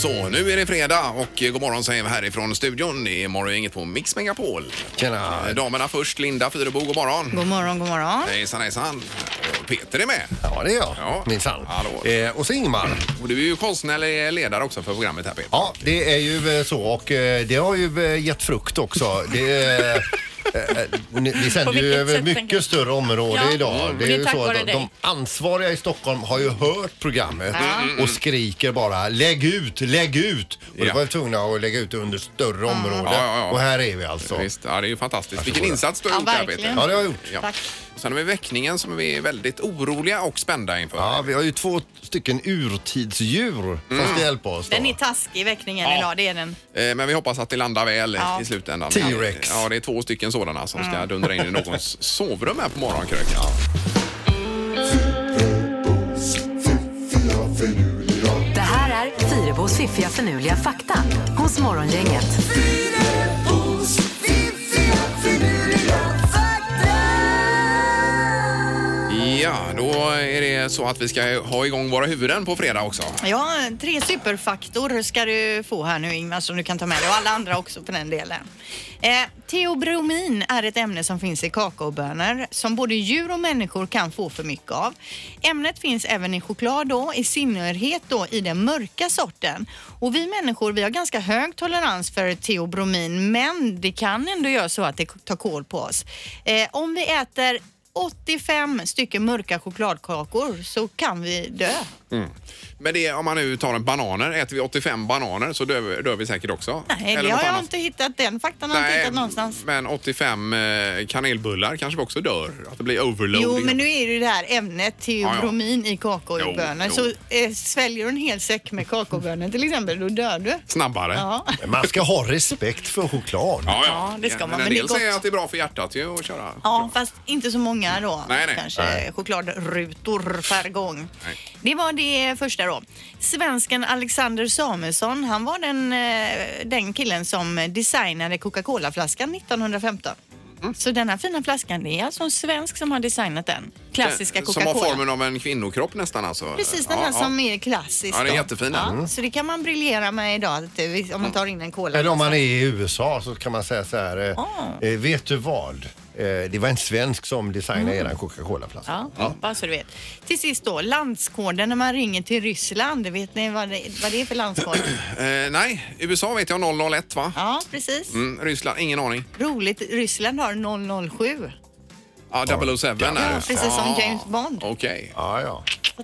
Så, nu är det fredag och god morgon säger vi härifrån studion. Det är morgongänget på Mix Megapol. Tjena. Damerna först, Linda Fyrebo, god morgon. God morgon, god morgon. Hejsan, hejsan. Och Peter är med. Ja, det är jag. Ja. Minsann. Hallå. Och så Ingmar. Och du är ju konstnärlig ledare också för programmet här, Peter. Ja, det är ju så och det har ju gett frukt också. Vi sänder ju över mycket större område idag. Det är ju så att de ansvariga i Stockholm har ju hört programmet och skriker bara lägg ut, lägg ut. Och då var vi tvungna att lägga ut under större område. Och här är vi alltså. Visst, ja, det är ju fantastiskt. Vilken insats du har gjort här, Peter. Ja, det har jag gjort. Ja. Tack. Sen har vi väckningen som vi är väldigt oroliga och spända inför. Ja, vi har ju 2 stycken urtidsdjur som ska hjälpa oss då. Den är taskig, väckningen idag, det är den. Men vi hoppas att det landar väl i slutändan. T-Rex. Ja, det är 2 stycken sådana som ska dundra in i någons sovrum här på morgonkröken. Ja. Det här är Fyrebos fiffiga förnuliga fakta hos morgongänget. Ja, då är det så att vi ska ha igång våra huvuden på fredag också. Ja, 3 superfaktor ska du få här nu, Ingmar, som du kan ta med dig och alla andra också på den delen. Theobromin är ett ämne som finns i kakaobönor som både djur och människor kan få för mycket av. Ämnet finns även i choklad då, i synnerhet då i den mörka sorten. Och vi människor, vi har ganska hög tolerans för theobromin, men det kan ändå göra så att det tar kål på oss. Om vi äter 85 stycken mörka chokladkakor så kan vi dö. Men det, om man nu tar en bananer, äter vi 85 bananer så dör vi säkert också. Nej, det har jag inte hittat, den faktan har jag inte hittat någonstans. Men 85 kanelbullar kanske vi också dör, att det blir overload. Jo, men nu är det det här ämnet theobromin i kakaobönor. Så sväljer du en hel säck med kakaobönor till exempel, då dör du. Snabbare. Ja. Man ska ha respekt för choklad. Ja, det ska man. Men en det är del gott. säger att det är bra för hjärtat ju att köra. Ja, fast inte så många då. Nej. Kanske chokladrutor per gång. Nej. Det var det första då. Svensken Alexander Samuelsson, han var den killen som designade Coca-Cola-flaskan 1915. Så den här fina flaskan, det är alltså en svensk som har designat den. Klassiska Coca-Cola. Som har formen av en kvinnokropp nästan alltså. Precis, den här som är klassisk. Ja, det är jättefin. Så det kan man briljera med idag om man tar in en cola. Eller om man är i USA så kan man säga så här, vet du vad? Det var en svensk som designade eran Coca-Cola-flaska. Ja, bara så du vet. Till sist då, landskoden när man ringer till Ryssland. Vet ni vad det är för landskod? Nej, USA vet jag 001 va? Ja, precis. Ryssland, ingen aning. Roligt, Ryssland har 007. Ja, 007 är det. Precis som James Bond. Okej. Ja.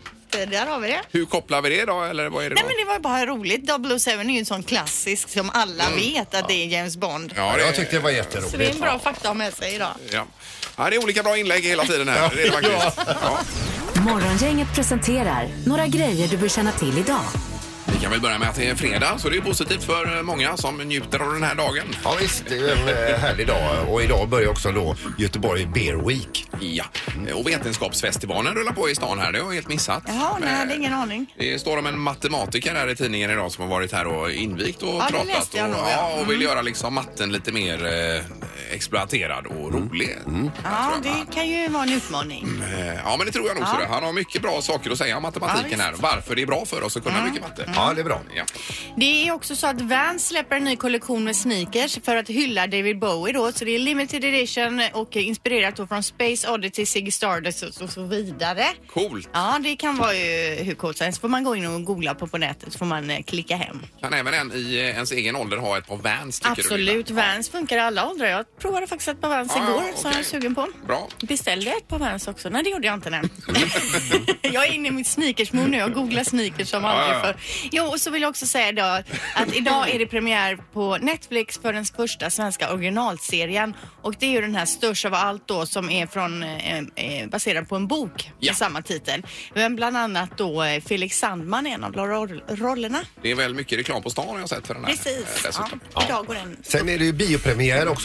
Där har vi det. Hur kopplar vi det då? Eller vad är det då? Nej, men det var bara roligt. 007 är ju en sån klassisk som alla vet att det är James Bond. Ja, jag tyckte det var jätteroligt. Så det är en bra fakta att ha med sig idag. Ja, det är olika bra inlägg hela tiden här. Det är det faktiskt. Ja. Morgongänget presenterar några grejer du bör känna till idag. Vi kan väl börja med att det är fredag, så det är positivt för många som njuter av den här dagen. Ja visst, det är en härlig dag. Och idag börjar också då Göteborg Beer Week. Ja, och vetenskapsfestivalen rullar på i stan här. Det har jag helt missat. Jaha, nej, det är ingen aning. Det står om en matematiker här i tidningen idag som har varit här och invigt och pratat. läste jag nog, och vill göra liksom matten lite mer exploaterad och rolig. Ja, det kan ju vara en utmaning. Ja, men det tror jag nog så det. Han har mycket bra saker att säga om matematiken här. Varför det är bra för oss att kunna mycket matte. Ja, det är bra. Ja. Det är också så att Vans släpper en ny kollektion med sneakers för att hylla David Bowie då. Så det är limited edition och inspirerat då från Space Oddity, Ziggy Stardust och så vidare. Coolt. Ja, det kan vara ju hur coolt som helst. Får man gå in och googla på nätet så får man klicka hem. Kan även en i ens egen ålder ha ett par Vans, tycker Absolut, du? Vans funkar i alla åldrar. Jag provade faktiskt ett par Vans igår som jag är sugen på. Bra. Beställde ett par Vans också. Nej, det gjorde jag inte än. Jag är inne i mitt sneakersmod nu. Jag googlar sneakers som aldrig förr. Jo, och så vill jag också säga då att idag är det premiär på Netflix för den första svenska originalserien. Och det är ju den här Störst av allt då som är från baserad på en bok med samma titel. Men bland annat då Felix Sandman är en av rollerna. Det är väl mycket reklam på stan jag har sett för den här. Precis. Dessutom. Ja. Idag går den. Sen är det ju biopremiär också. Stephen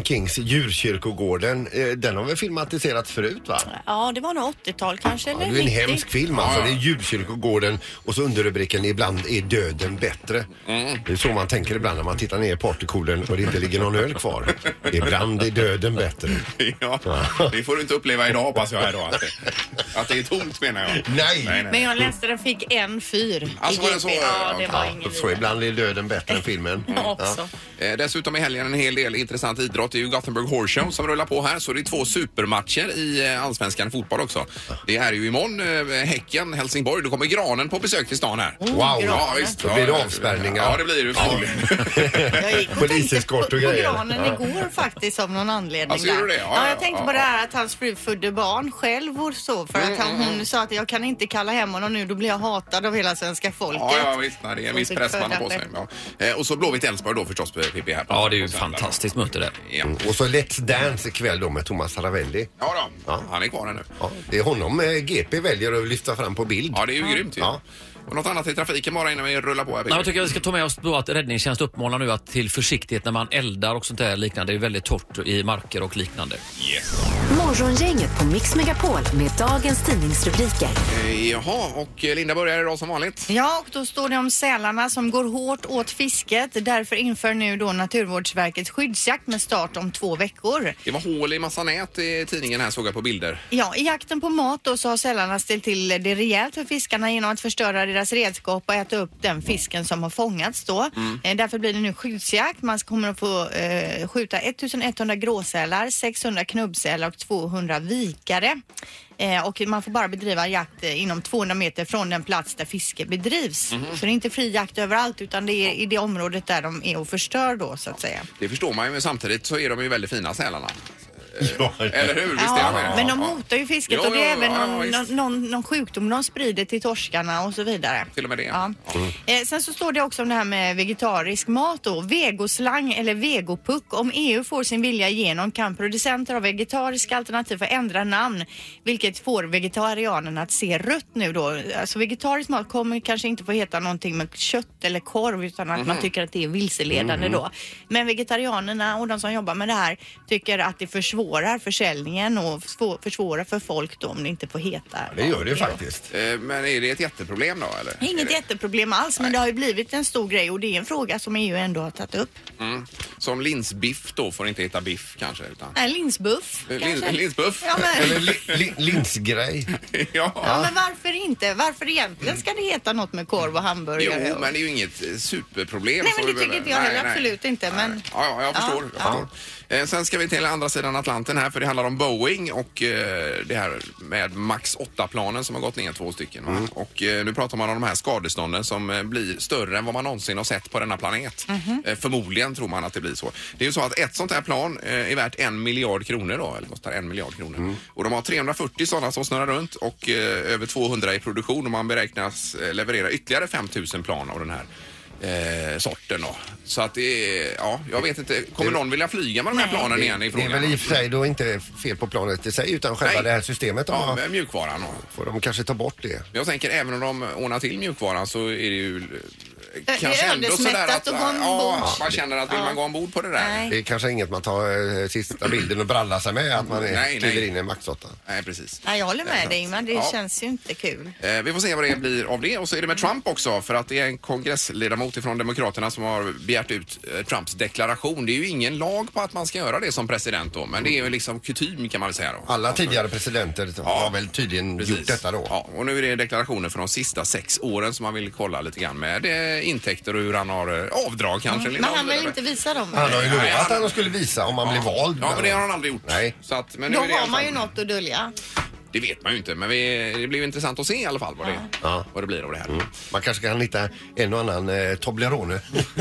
Kings djurkyrkogården, den har väl filmatiserats förut va? Ja, det var nog 80-tal kanske, eller 90. Det är en hemsk film alltså. Det är djurkyrkogården och så underrubriken ibland är döden bättre. Det är så man tänker ibland när man tittar ner i partykoolen och det inte ligger någon öl kvar. Ibland är döden bättre. Ja, det får du inte uppleva idag hoppas jag här då. Att det är tomt menar jag. Nej. Men jag läste den fick en 4 alltså, i GP. Ja, det var ingen så ibland är döden bättre än filmen. också. Dessutom i helgen en hel del intressant idrott. Det är ju Gothenburg Horse Show som rullar på här. Så det är 2 supermatcher i allsvenskan fotboll också. Det är ju imorgon Häcken, Helsingborg. Då kommer Granen på besök till stan här. Wow, ja, visst. Då blir det avspärrningar. Ja, det blir det förmodligen. Jag gick och Poliseskort och grejer. på Granen igår faktiskt av någon anledning. Alltså, gjorde det? Ja, jag tänkte på det här att hans fru födde barn själv och så. För att hon sa att jag kan inte kalla hem honom nu, då blir jag hatad av hela svenska folket. Ja, visst. Nej, det är en viss press man har på sig. Ja. Och så Blåvitt Elfsborg då förstås, Pippi här. Ja, det är ju fantastiskt möte där. Ja. Och så Let's Dance ikväll då med Thomas Ravelli. Ja då, han är kvar här nu. Ja, det är honom GP väljer att lyfta fram på bild. Ja, det är ju grymt ju. Ja. Och något annat i trafiken bara innan vi rullar på här. Jag tycker att vi ska ta med oss då att räddningstjänst uppmanar nu att till försiktighet när man eldar och sånt där liknande. Det är väldigt torrt i marker och liknande. Yes. Morgongänget på Mix Megapol med dagens tidningsrubriker. Jaha, och Linda börjar idag som vanligt. Ja, och då står det om sälarna som går hårt åt fisket. Därför inför nu då Naturvårdsverket skyddsjakt med start om 2 veckor. Det var hål i massa nät i tidningen här, såg jag på bilder. Ja, i jakten på mat då så har sälarna ställt till det rejält för fiskarna genom att förstöra deras redskap och äta upp den fisken som har fångats då. Därför blir det nu skyddsjakt. Man kommer att få skjuta 1100 gråsälar, 600 knubbsälar och 200 vikare. Och man får bara bedriva jakt inom 200 meter från den plats där fiske bedrivs. Så det är inte fri jakt överallt utan det är i det området där de är och förstör då så att säga. Det förstår man ju, men samtidigt så är de ju väldigt fina sälarna. Ja. Eller hur? Visst Ja, är det? men de hotar ju fisket Ja, och det är ja, även ja, någon sjukdom de sprider till torskarna och så vidare. Till och med det. Ja. Sen så står det också om det här med vegetarisk mat då. Vegoslang eller vegopuck. Om EU får sin vilja igenom kan producenter av vegetariska alternativ få ändra namn. Vilket får vegetarianerna att se rött nu då. Alltså vegetarisk mat kommer kanske inte få heta någonting med kött eller korv utan att man tycker att det är vilseledande då. Men vegetarianerna och de som jobbar med det här tycker att det försvårar försäljningen och försvårar för folk då om det inte får heta. Det gör det faktiskt. Men är det ett jätteproblem då eller? Inget jätteproblem alls, men det har ju blivit en stor grej och det är en fråga som EU ändå har tagit upp. Som linsbiff då får inte heta biff kanske utan... Nej, linsbuff. Linsbuff? Ja, men... Eller linsgrej. Ja, men varför inte? Varför egentligen ska det heta något med korv och hamburgare? Jo, men det är ju inget superproblem. Nej, men det tycker inte jag heller, absolut inte. Men... Ja, jag förstår. Sen ska vi till andra sidan Atlanten här för det handlar om Boeing och det här med Max 8-planen som har gått ner 2 stycken. Och nu pratar man om de här skadestånden som blir större än vad man någonsin har sett på denna planet. Förmodligen tror man att det blir så. Det är ju så att ett sånt här plan är värt 1 miljard kronor då, eller kostar 1 miljard kronor. Och de har 340 sådana som snurrar runt och över 200 i produktion och man beräknas leverera ytterligare 5000 plan av den här sorten då. Så att det är, ja, jag vet inte, kommer någon vilja flyga med de här planen igen i frågan? Det är väl i och för sig då inte fel på planet i sig utan själva det här systemet. Ja, med mjukvaran. Får de kanske ta bort det? Jag tänker även om de ordnar till mjukvaran så är det ju kanske ändå sådär att man känner att vill man gå ombord på det där. Nej. Det är kanske inget man tar sista bilden och brallar sig med att man kliver in i en Max 8. Nej, precis. Nej, jag håller med dig, men det känns ju inte kul. Vi får se vad det blir av det. Och så är det med Trump också, för att det är en kongressledamot ifrån Demokraterna som har begärt ut Trumps deklaration. Det är ju ingen lag på att man ska göra det som president då, men det är ju liksom kutym kan man väl säga då. Alla tidigare presidenter har väl tydligen gjort detta då. Ja, och nu är det deklarationer för de sista 6 åren som man vill kolla lite grann med intäkter och hur han har avdrag kanske. Men han vill inte visa dem. Han har ju lovat att han skulle visa om man blir vald. Ja, men det har han aldrig gjort. Nej. Så att, men nu Då är det har man ju något att dölja. Det vet man ju inte, men det blir ju intressant att se i alla fall vad det blir av det här. Man kanske kan hitta en och annan Toblerone.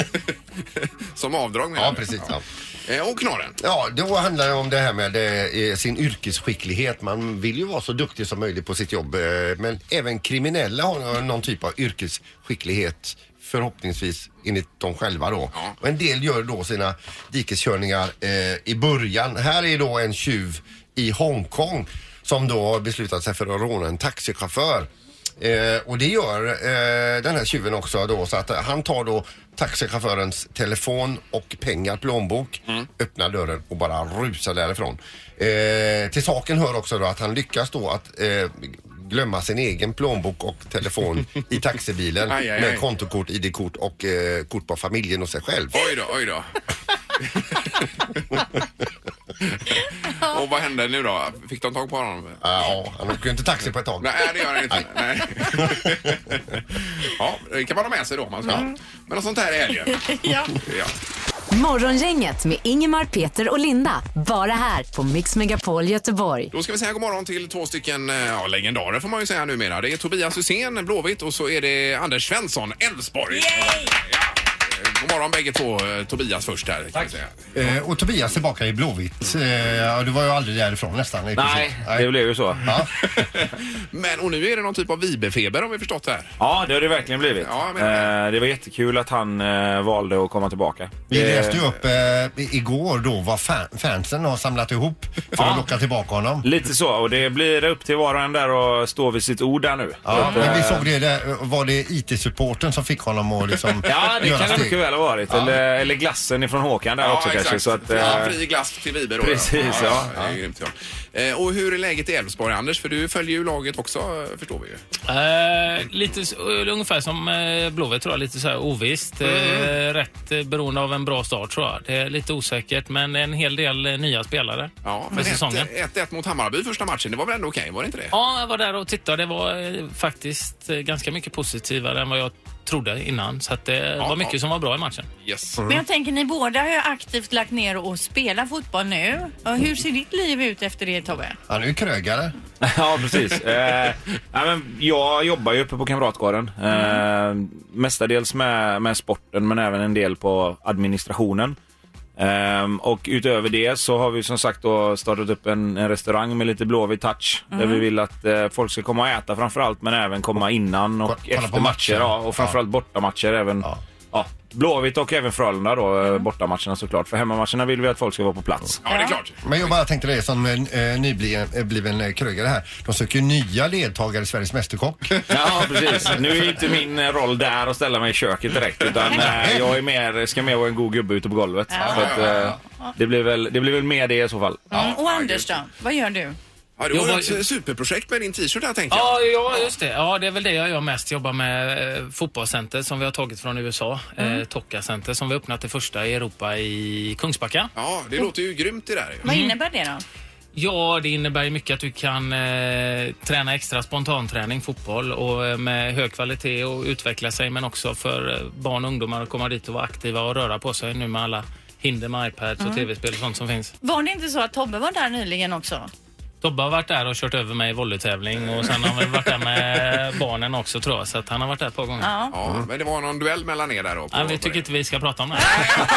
Som avdrag med. Ja, precis. Ja. Och knorren. Ja, då handlar det om det här med sin yrkesskicklighet. Man vill ju vara så duktig som möjligt på sitt jobb. Men även kriminella har någon typ av yrkesskicklighet. Förhoppningsvis enligt dem själva då. Ja. Och en del gör då sina dikeskörningar i början. Här är då en tjuv i Hongkong som då har beslutat sig för att råna en taxichaufför. Och det gör den här tjuven också då, så att han tar då taxichaufförens telefon och pengar, plånbok, öppnar dörren och bara rusar därifrån. Till saken hör också då att han lyckas då att glömma sin egen plånbok och telefon i taxibilen med kontokort, ID-kort och kort på familjen och sig själv. Oj då. Och vad hände nu då? Fick de tag på honom? Ja, han åker ju inte taxi på ett tag. Nej, det gör han inte. Nej. Ja, det kan man ha med sig då. Man ska. Men något sånt här är helgen. Ja. Morgongänget med Ingemar, Peter och Linda. Bara här på Mix Megapol Göteborg. Då ska vi säga god morgon till 2 stycken legendarer får man ju säga numera. Det är Tobias Hysén, Blåvitt, och så är det Anders Svensson, Elfsborg. Ja. God morgon bägge två. Tobias först här. Tack. Och Tobias tillbaka i Blåvitt. Du var ju aldrig därifrån nästan. Nej, det blev ju så. Ja. Men och nu är det någon typ av Vibefeber har vi förstått det här. Ja, det har det verkligen blivit. Ja, det var jättekul att han valde att komma tillbaka. Vi läste ju upp igår då vad fansen har samlat ihop för att locka tillbaka honom. Lite så, och det blir upp till var och en där och stå vid sitt ord där nu. Ja, men vi såg det där, var det IT-supporten som fick honom att liksom ja, det kan det mycket väl ha varit. Ja. Eller glassen ifrån Håkan där också exakt. kanske. Så att, fri glass till Viber då. Precis, ja. Det är grymt, ja. Och hur är läget i Elfsborg, Anders? För du följer ju laget också, förstår vi ju. Lite ungefär som Blåvitt tror jag, lite så här ovisst. Rätt beroende av en bra start tror jag. Det är lite osäkert, men en hel del nya spelare för säsongen. 1-1 mot Hammarby första matchen, det var väl ändå okej, var det inte det? Ja, jag var där och tittade. Det var faktiskt ganska mycket positivare än vad jag trodde innan. Så att det var mycket som var bra i matchen. Yes. Men jag tänker, ni båda har ju aktivt lagt ner och spelar fotboll nu. Och hur ser ditt liv ut efter det, Tobbe? Han är ju krögare. Ja, precis. Men jag jobbar ju uppe på Kamratgården. Mestadels med sporten, men även en del på administrationen. Och utöver det så har vi som sagt då startat upp en restaurang med lite Blåvitt touch där vi vill att folk ska komma och äta framförallt, men även komma innan och efter matcher och framförallt bortamatcher även. Ja, Blåvitt och även Frölunda då, bortamatcherna såklart. För hemmamatcherna vill vi att folk ska vara på plats. Ja, det är klart. Men jag bara tänkte det som nybliven krögare här. De söker nya ledtagare i Sveriges Mästerkock. Ja, precis. Nu är inte min roll där att ställa mig i köket direkt, utan jag är ska mer vara en god gubbe ute på golvet. Så att, det blir väl mer det i så fall. Och Anders då? Vad gör du? Ja, det var ett superprojekt med din t-shirt här, tänker jag. Ja, just det. Ja, det är väl det jag gör mest. Jobbar med fotbollscenter som vi har tagit från USA. Tokka Center som vi öppnat det första i Europa i Kungsbacka. Ja, det låter ju grymt det där. Vad innebär det då? Ja, det innebär ju mycket att du kan träna extra spontanträning, fotboll och med hög kvalitet och utveckla sig, men också för barn och ungdomar att komma dit och vara aktiva och röra på sig nu med alla hinder med iPads och tv-spel och sånt som finns. Var det inte så att Tobbe var där nyligen också? Tobbe har varit där och kört över mig i volleytävling och sen har vi varit där med barnen också tror jag, så att han har varit där ett par gånger. Ja, men det var någon duell mellan er där då? Ja, vi tycker inte vi ska prata om det.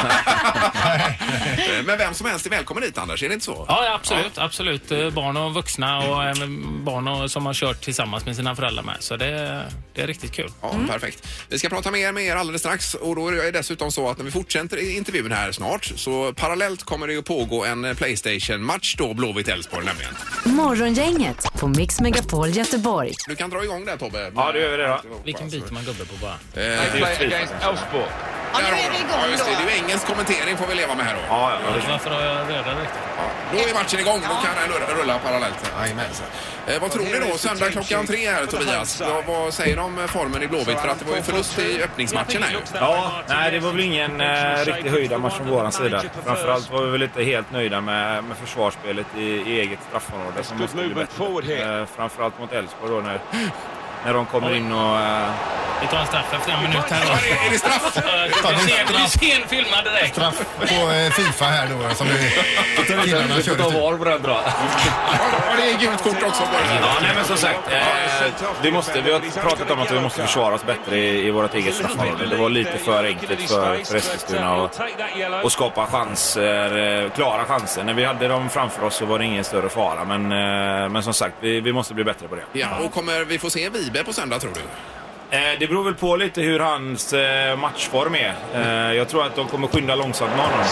Men vem som helst är välkommen dit, Anders, är det inte så? Ja, absolut. Barn och vuxna och barn som har kört tillsammans med sina föräldrar med. Så det är riktigt kul. Ja, perfekt. Vi ska prata mer med er alldeles strax, och då är det dessutom så att när vi fortsätter intervjun här snart så parallellt kommer det att pågå en PlayStation-match då, Blåvitt-Elfsborg nämligen. Morgongänget på Mix Megapol Göteborg. Du kan dra igång där, Tobbe. Ja, det gör vi det då. Vilken bit man gubbe på bara? Ja, nu är vi igång just det. då. Det är ju engelsk kommentering får vi leva med här då. Ja. Varför har jag röda riktigt? Då är matchen igång. Då kan den rulla parallellt. Vad tror ni då? Söndag klockan 3 här, Tobias. Vad säger de om formen i Blåvitt? För att det var ju förlust i öppningsmatchen här ju. Ja, nej, det var väl ingen riktigt höjda match från våran sida. Framförallt var vi väl inte helt nöjda med försvarsspelet i eget straffområde som måste bli bättre. Framförallt mot Elfsborg då när de kommer in och... Vi tar en straff efter en minut här. Är det straff? Du ser en filmad direkt. Straff på FIFA här då som killarna körde till. var på den bra. Ja, det är gult kort också. Ja, nej, men som sagt, vi har pratat om att vi måste försvara oss bättre i vårt eget straffområde. Det var lite för enkelt för Eskilstuna att skapa chanser, klara chanser. När vi hade dem framför oss så var det ingen större fara. Men som sagt, vi måste bli bättre på det. Ja, och kommer vi få se Vibe på söndag, tror du? Det beror väl på lite hur hans matchform är. Jag tror att de kommer skynda långsamt med honom.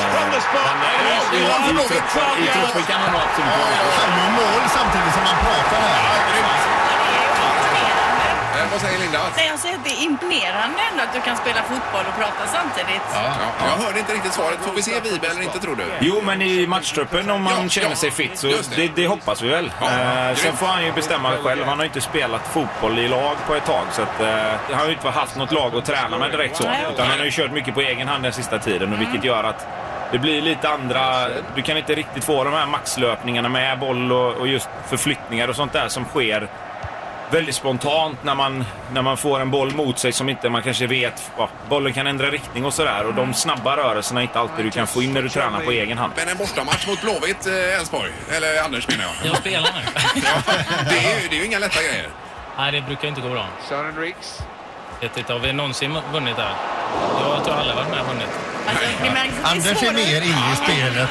I truppen kan han absolut mål samtidigt som man pratar här. Vad säger Linda? Nej, jag säger att det är imponerande ändå att du kan spela fotboll och prata samtidigt. Ja, jag hörde inte riktigt svaret. Får vi se Vibe eller inte, tror du? Jo, men i matchtruppen om man känner sig fit så det hoppas vi väl. Sen får han ju bestämma själv. Han har inte spelat fotboll i lag på ett tag så att, han har ju inte haft något lag att träna med direkt så. Utan han har ju kört mycket på egen hand den sista tiden och vilket gör att det blir lite andra, du kan inte riktigt få de här maxlöpningarna med boll och just förflyttningar och sånt där som sker väldigt spontant när man får en boll mot sig som inte man kanske vet, bollen kan ändra riktning och sådär och de snabba rörelserna är inte alltid du kan få in när du tränar på egen hand. Men en bortamatch mot Blåvitt, Elfsborg, eller Anders menar jag. Jag spelar nu. Det är ju inga lätta grejer. Nej, det brukar inte gå bra. Sören Riks. Har vi någonsin vunnit där? Jag tror alla varit med och vunnit. Anders är mer inne i spelet.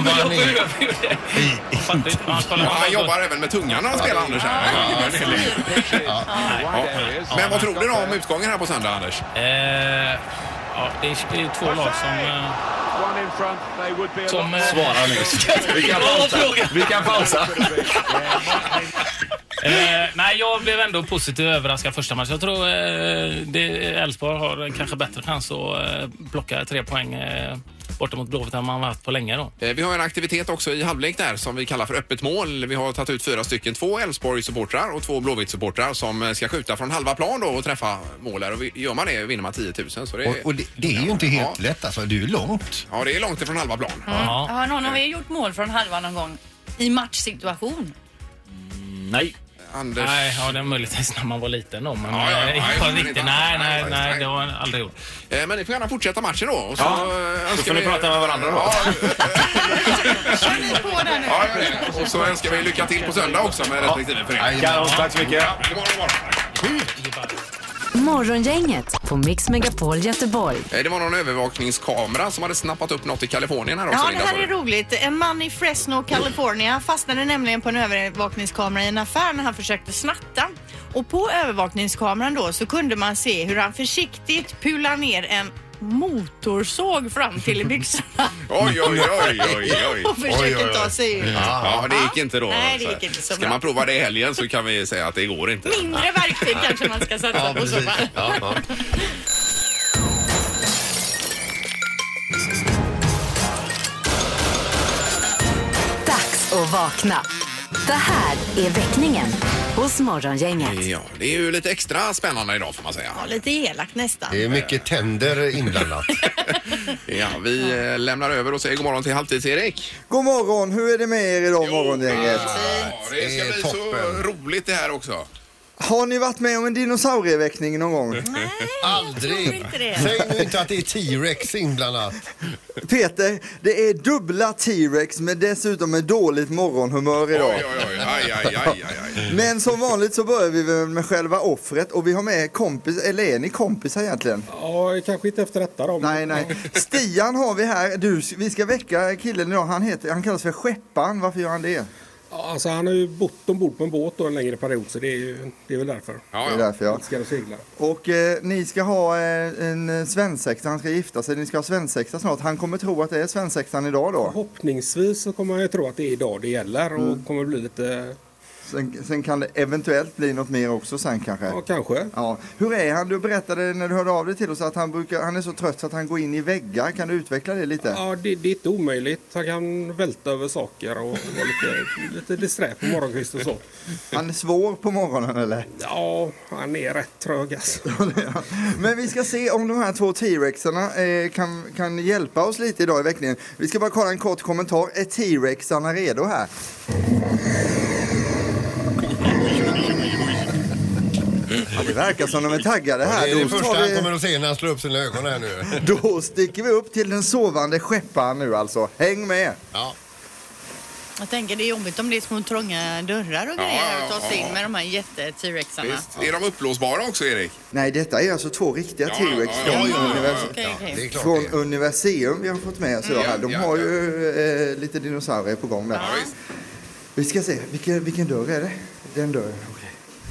Han jobbar även med tungan när han spelar, Anders. Men vad tror du då om utgången här på söndag, Anders? Det är två lag som Svara nu. Vi kan pausa. Nej, jag blev ändå positivt överraskad första matchen. Jag tror Elfsborg har kanske bättre chans att plocka 3 poäng borta mot Blåvitt än man har haft på länge då. Vi har en aktivitet också i halvlek där som vi kallar för öppet mål. Vi har tagit ut 4 stycken, 2 Elfsborg-supportrar och 2 Blåvitt-supportrar som ska skjuta från halva plan då och träffa mål där. Och gör man det vinner man 10 000. Så det är ju inte helt lätt, alltså det är ju långt. Ja, det är långt ifrån halva plan. Har någon av er gjort mål från halva någon gång i matchsituation? Nej. Anders. Nej, det är möjligtvis när man var liten då, men nej, det har jag aldrig gjort. Men ni får gärna fortsätta matchen då. Och så får ni prata med varandra då. Kör ni på den nu? Ja, och så önskar vi lycka till på söndag också med respektive förening. Tack så mycket. Morgongänget på Mix Megapol Göteborg. Det var någon övervakningskamera som hade snappat upp något i Kalifornien här också. Ja, det här är roligt. En man i Fresno, California fastnade nämligen på en övervakningskamera i en affär när han försökte snatta. Och på övervakningskameran då så kunde man se hur han försiktigt pular ner en motorsåg fram till i byxorna. Oj. Och försöker ta sig ut. Ja, det gick inte då. Nej, det gick inte så ska bra. man prova det i helgen så kan vi säga att det går inte. Mindre verktyg kanske man ska satsa på så fall. Dags att vakna. Det här är väckningen hos Morgongänget. Ja, det är ju lite extra spännande idag får man säga. Ja, lite elakt nästan. Det är mycket tänder inblandat. Ja, vi lämnar över och säger god morgon till Halvtids-Erik. God morgon, hur är det med er idag, morgongänget? Ja, det ska bli så roligt det här också. Har ni varit med om en dinosaurieväckning någon gång? Nej, aldrig. jag tror inte det. Säg nu inte att det är T-Rex inblandat. Peter, det är dubbla T-Rex med dessutom med dåligt morgonhumör idag. Aj. Men som vanligt så börjar vi med själva offret och vi har med kompis, eller är ni kompisar egentligen? Ja, kanske inte efter detta då. Nej. Stian har vi här. Vi ska väcka killen idag. Han kallas för Skeppan. Varför gör han det? Ja, alltså han har ju bott ombord på en båt då en längre period så det är väl därför. Ja. Det är därför, ja. Ska segla. Och ni ska ha en svensexa, han ska gifta sig. Ni ska ha svensexa snart. Han kommer tro att det är svensexan idag då. Förhoppningsvis så kommer han ju tro att det är idag det gäller och kommer bli lite... Sen kan det eventuellt bli något mer också sen kanske. Ja, kanske. Ja. Hur är han? Du berättade när du hörde av dig till oss att han är så trött så att han går in i väggar. Kan du utveckla det lite? Ja, det är inte omöjligt. Han kan välta över saker och vara lite disträ på morgonkvisten och så. Han är svår på morgonen eller? Ja, han är rätt trög alltså. Men vi ska se om de här 2 T-Rexarna kan hjälpa oss lite idag i väckningen. Vi ska bara kolla en kort kommentar. Är T-Rexarna redo här? Ja, det verkar som de är taggade här. Det är det första han kommer att se när han slår upp sina ögon här nu. Då sticker vi upp till den sovande Skeppan nu alltså. Häng med! Ja. Jag tänker det är jobbigt om det är små trånga dörrar och grejer att ta sig in med de här jätte-T-Rexarna. Är de upplåsbara också, Erik? Nej, detta är alltså 2 riktiga T-Rex från Universium vi har fått med oss idag här. De har ju lite dinosaurier på gång där. Vi ska se, vilken dörr är det? Den dörren, okej.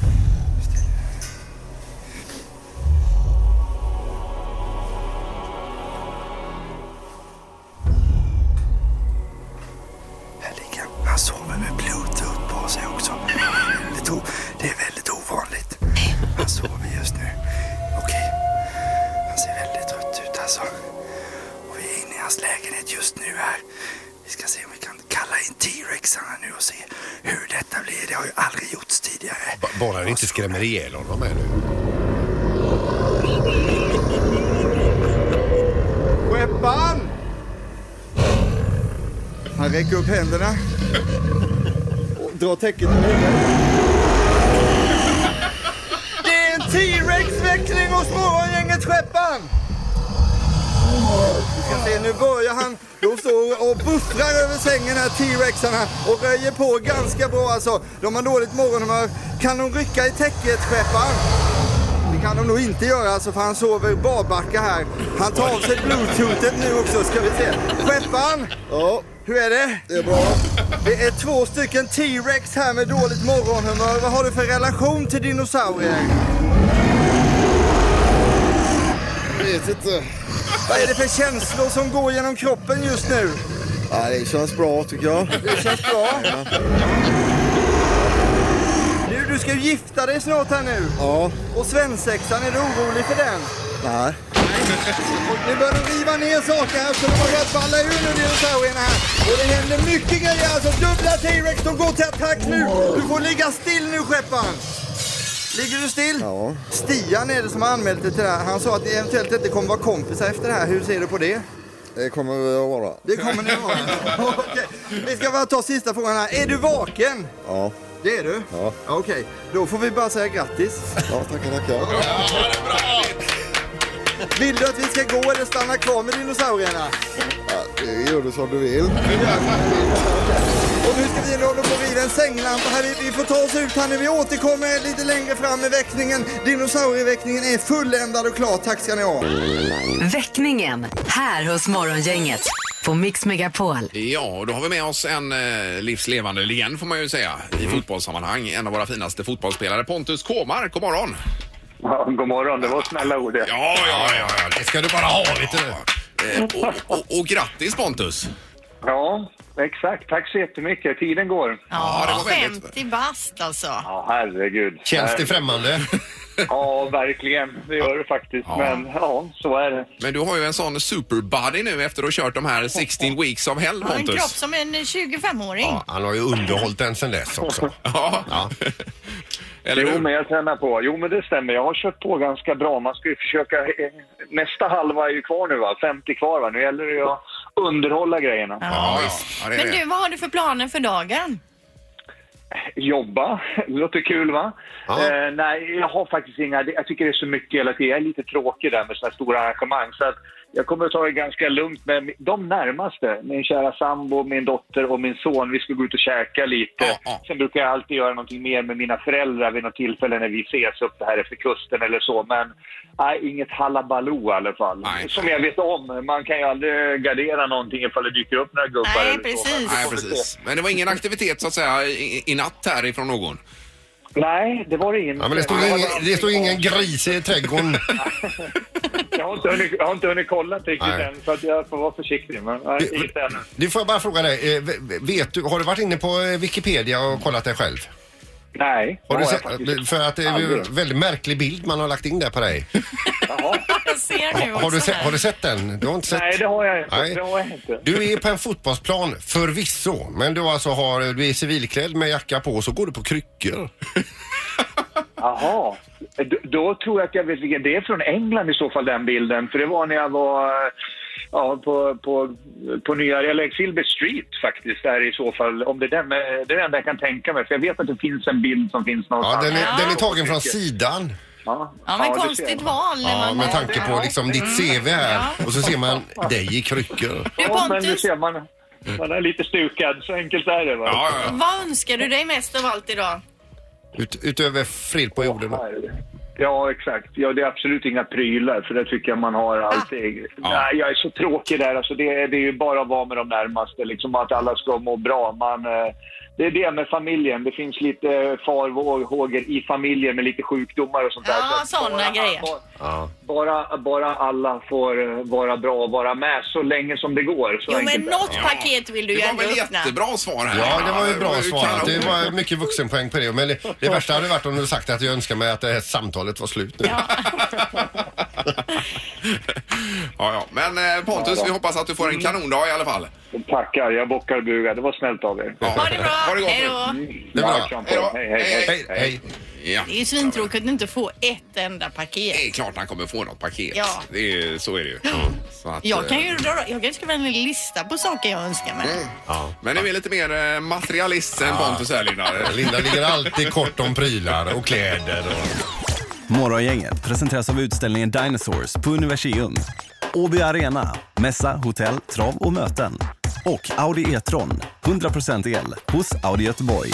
Han sover med Bluetooth på sig också. Det är väldigt ovanligt. Han sover just nu. Okej. Han ser väldigt trött ut alltså. Och vi är inne i hans lägenhet just nu här. Vi ska se om vi kan kalla in T-Rexarna nu och se hur detta blir. Det har ju aldrig gjorts tidigare. Bara det inte skrämmer ihjäl honom här nu. Skeppan! Han räcker upp händerna. Och drar täcket med huvudet. Det är en T-Rex-väckning hos morgongänget Skeppan! Vi ska se, nu börjar han. De står och buffrar över sängen här, T-Rexarna, och röjer på ganska bra alltså. De har dåligt morgonhumör. Kan de rycka i täcket, Skeppan? Det kan de nog inte göra alltså, för han sover barbacka här. Han tar av sig bluetoothet nu också, ska vi se. Skeppan! Ja. Hur är det? Det är bra. Det är 2 stycken T-Rex här med dåligt morgonhumör. Vad har du för relation till dinosaurier? Jag vet inte. Vad är det för känslor som går genom kroppen just nu? Ja, det känns bra tycker jag. Det känns bra? Ja. Du ska ju gifta dig snart här nu. Ja. Och svensexan, är du orolig för den? Nej. Och nu börjar de riva ner saker här, så de har börjat balla ur nu, dinosaurierna här. Och det händer mycket grejer, alltså dubbla T-Rex, de går till attack nu. Du får ligga still nu, Skeppan. Ligger du still? Ja. Stian är det som har anmält det till det här. Han sa att ni eventuellt inte kommer vara kompisar efter det här. Hur ser du på det? Det kommer vi att vara. Det kommer ni att vara. Okej. Vi ska bara ta sista frågan här. Är du vaken? Ja. Det är du? Ja. Okej, då får vi bara säga grattis. Ja, tackar. Ja, det är bra. Vill du att vi ska gå eller stanna kvar med dinosaurierna? Ja, det gör du som du vill. Och nu ska vi hålla på vid en sänglampa här. Vi får ta oss ut här nu. Vi återkommer lite längre fram med väckningen. Dinosaurieväckningen är fulländad och klar. Tack ska ni ha. Väckningen här hos morgongänget på Mix Megapol. Ja, och då har vi med oss en livslevande legend får man ju säga i fotbollssammanhang. En av våra finaste fotbollsspelare, Pontus Kåmark. God morgon! Ja, god morgon, det var snälla ord. Ja, det ska du bara ha lite. Och grattis Pontus! Ja, exakt. Tack så jättemycket. Tiden går. Ja, det var väldigt... 50 bast alltså. Ja, herregud. Känns det främmande? Ja, verkligen. Det gör det faktiskt. Ja. Men ja, så är det. Men du har ju en sån superbody nu efter att ha kört de här 16 weeks of hell, Han har en Pontus. kropp som en 25-åring. Ja, han har ju underhållit den sen dess också. Ja. Eller Jo, hur? men jag tränar på. Jo, men det stämmer. Jag har kört på ganska bra. Man ska ju försöka... Nästa halva är ju kvar nu, va? 50 kvar, va? Nu gäller det ju att underhålla grejerna. Ja, det är Men du, vad har du för planer för dagen? Jobba. Det låter kul, va? Nej, jag har faktiskt inga... Jag tycker det är så mycket hela tiden. Jag är lite tråkig där med sådana stora arrangemang. Så att jag kommer att ta det ganska lugnt med de närmaste. Min kära sambo, min dotter och min son. Vi ska gå ut och käka lite. Sen brukar jag alltid göra någonting mer med mina föräldrar vid något tillfälle när vi ses upp här efter kusten eller så. Men nej, inget halabaloo i alla fall. Nej. Som jag vet om. Man kan ju aldrig gardera någonting ifall det dyker upp några gubbar. Nej, eller precis. Så. Nej, precis. Men det var ingen aktivitet så att säga i natt här ifrån någon? Nej, det var det inte. Ja, men det stod ingen gris i trädgården. Jag har inte hunnit kolla riktigt än, så att jag får vara försiktig. Men inte ännu. Du får jag bara fråga dig, har du varit inne på Wikipedia och kollat dig själv? Nej. Har du sett, för att det är ju en väldigt märklig bild man har lagt in där på dig. Jag ser nu Har du sett den? Du har inte sett? Nej, det har jag inte. Nej. Det har jag inte. Du är på en fotbollsplan förvisso, men du alltså du är civilklädd med jacka på och så går du på kryckor. Jaha. Då tror jag att jag vet vilken det är från England i så fall, den bilden. För det var när jag var på nya Silver Street faktiskt där i så fall. Om det är den, det är den jag kan tänka mig. För jag vet att det finns en bild som finns någonstans. Ja, den är tagen från sidan. Ja, men konstigt val. Ja, med tanke på liksom ditt CV här. Och så ser man dig i kryckor. Ja, men nu ser man är lite stukad. Så enkelt är det, va? Ja. Vad önskar du dig mest av allt idag? Utöver fred på jorden. Ja, exakt. Ja, det är absolut inga prylar, för det tycker jag man har alltid. Nej, jag är så tråkig där. Alltså, det är ju bara att vara med de närmaste. Liksom att alla ska må bra. det är det med familjen. Det finns lite farvågor i familjen med lite sjukdomar och sånt där. Ja, sådana grejer. Bara alla får vara bra och vara med så länge som det går. Så men något paket vill du ju ändå öppna. Det var väl jättebra svar här. Ja, det var ju bra svarat. Det var mycket vuxenpoäng på det. Men det värsta hade varit om du sagt att jag önskar mig att det här samtalet var slut nu. Ja. Men Pontus, vi hoppas att du får en kanondag i alla fall. Tackar, jag bockar buga. Det var snällt av er. Ha det bra. Ha det gott. Det är bra. Hej. Ja. Det är ju svintråkigt att inte få ett enda paket. Det är klart han kommer få något paket. Ja. Så är det ju. Så att, jag kan skriva en lista på saker jag önskar mig. Men det är lite mer materialist än Pontus här, Linda. Linda ligger alltid kort om prylar och kläder. Morgongänget presenteras av utställningen Dinosaurs på Universium. Åby Arena, mässa, hotell, trav och möten. Och Audi e-tron, 100% el hos Audi Göteborg.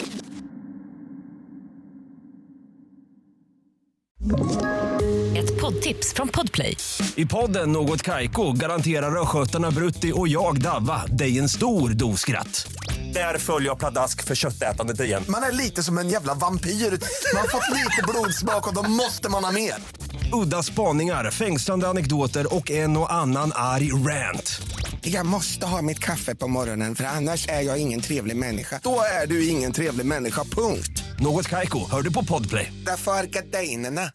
Ett poddtips från Podplay. I podden Något Kaiko garanterar röskötarna Brutti och jag Davva dig en stor doskratt. Där följer jag pladask för köttätandet igen. Man är lite som en jävla vampyr. Man har fått lite blodsmak och då måste man ha mer. Udda spaningar, fängslande anekdoter och en och annan arg rant. Jag måste ha mitt kaffe på morgonen för annars är jag ingen trevlig människa. Då är du ingen trevlig människa, punkt. Något Kaiko, hör du på Podplay. Därför är gardinerna.